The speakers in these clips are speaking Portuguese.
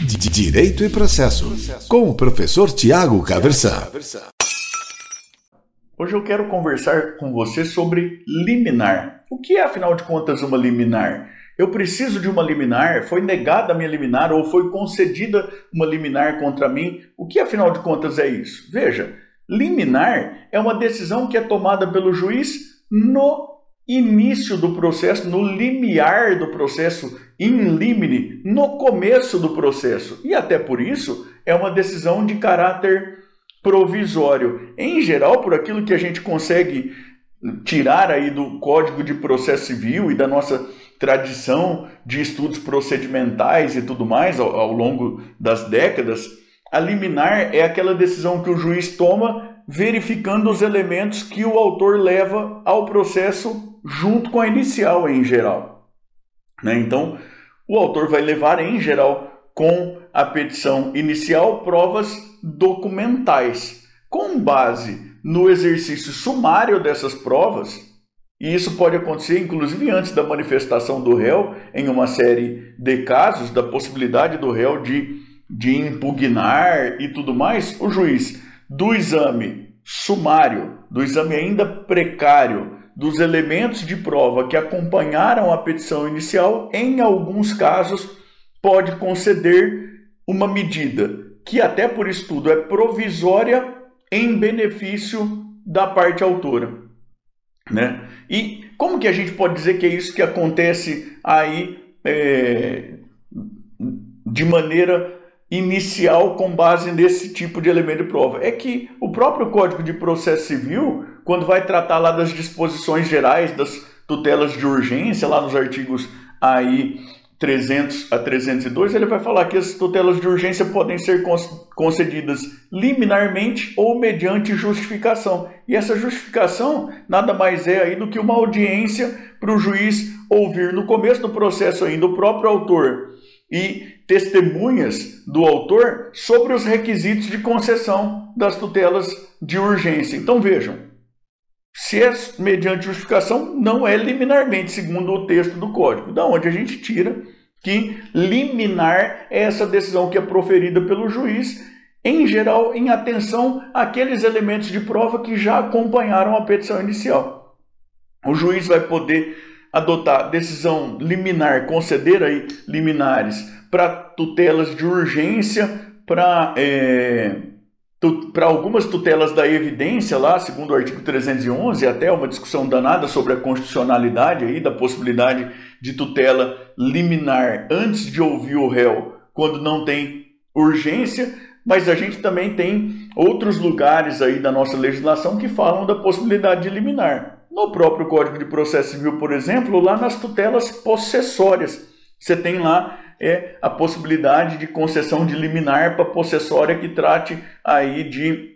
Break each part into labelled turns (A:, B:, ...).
A: Direito e Processo, com o professor Tiago Caversan.
B: Hoje eu quero conversar com você sobre liminar. O que é, afinal de contas, uma liminar? Eu preciso de uma liminar? Foi negada a minha liminar ou foi concedida uma liminar contra mim? O que, afinal de contas, é isso? Veja, liminar é uma decisão que é tomada pelo juiz no início do processo, no limiar do processo, in limine, no começo do processo. E até por isso é uma decisão de caráter provisório. Em geral, por aquilo que a gente consegue tirar aí do Código de Processo Civil e da nossa tradição de estudos procedimentais e tudo mais ao longo das décadas, a liminar é aquela decisão que o juiz toma verificando os elementos que o autor leva ao processo junto com a inicial, em geral. Então, o autor vai levar, em geral, com a petição inicial, provas documentais. Com base no exercício sumário dessas provas, e isso pode acontecer, inclusive, antes da manifestação do réu, em uma série de casos, da possibilidade do réu de impugnar e tudo mais, o juiz, do exame sumário, do exame ainda precário, dos elementos de prova que acompanharam a petição inicial, em alguns casos, pode conceder uma medida que, até por estudo, é provisória em benefício da parte autora. E como que a gente pode dizer que é isso que acontece aí de maneira inicial com base nesse tipo de elemento de prova? É que o próprio Código de Processo Civil, quando vai tratar lá das disposições gerais das tutelas de urgência, lá nos artigos aí 300 a 302, ele vai falar que as tutelas de urgência podem ser concedidas liminarmente ou mediante justificação. E essa justificação nada mais é aí do que uma audiência para o juiz ouvir no começo do processo ainda o próprio autor e testemunhas do autor sobre os requisitos de concessão das tutelas de urgência. Então vejam, se é mediante justificação, não é liminarmente, segundo o texto do Código, da onde a gente tira que liminar é essa decisão que é proferida pelo juiz, em geral, em atenção àqueles elementos de prova que já acompanharam a petição inicial. O juiz vai poder adotar decisão liminar, conceder aí liminares para tutelas de urgência, para algumas tutelas da evidência, lá, segundo o artigo 311, até uma discussão danada sobre a constitucionalidade aí, da possibilidade de tutela liminar antes de ouvir o réu, quando não tem urgência, mas a gente também tem outros lugares aí da nossa legislação que falam da possibilidade de liminar. No próprio Código de Processo Civil, por exemplo, lá nas tutelas possessórias, você tem lá a possibilidade de concessão de liminar para possessória que trate aí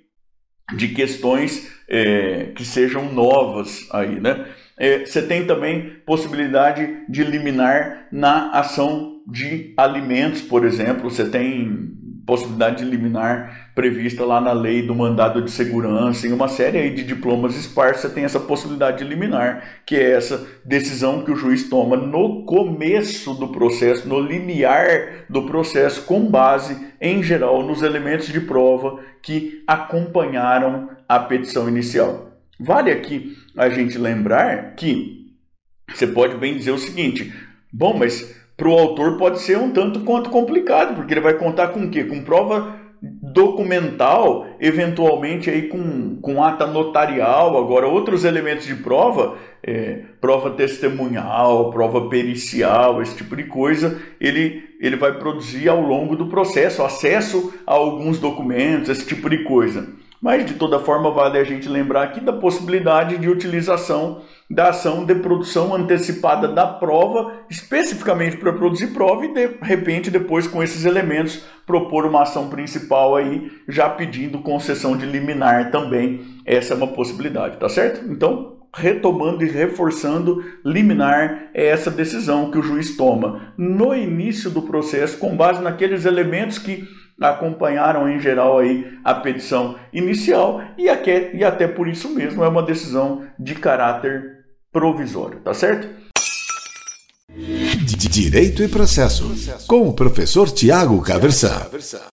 B: de questões que sejam novas aí, você tem também possibilidade de liminar na ação de alimentos, por exemplo. Você tem possibilidade de liminar prevista lá na lei do mandado de segurança, em uma série aí de diplomas esparsos, você tem essa possibilidade de liminar, que é essa decisão que o juiz toma no começo do processo, no limiar do processo, com base, em geral, nos elementos de prova que acompanharam a petição inicial. Vale aqui a gente lembrar que você pode bem dizer o seguinte: bom, mas para o autor pode ser um tanto quanto complicado, porque ele vai contar com o quê? Com prova documental, eventualmente aí com ata notarial, agora outros elementos de prova, prova testemunhal, prova pericial, esse tipo de coisa, ele vai produzir ao longo do processo, acesso a alguns documentos, esse tipo de coisa. Mas, de toda forma, vale a gente lembrar aqui da possibilidade de utilização da ação de produção antecipada da prova, especificamente para produzir prova e, de repente, depois, com esses elementos, propor uma ação principal aí, já pedindo concessão de liminar também. Essa é uma possibilidade, tá certo? Então, retomando e reforçando, liminar é essa decisão que o juiz toma no início do processo, com base naqueles elementos que acompanharam em geral aí a petição inicial e até por isso mesmo é uma decisão de caráter provisório, tá certo?
A: Direito e Processo, com o professor Tiago Caversan.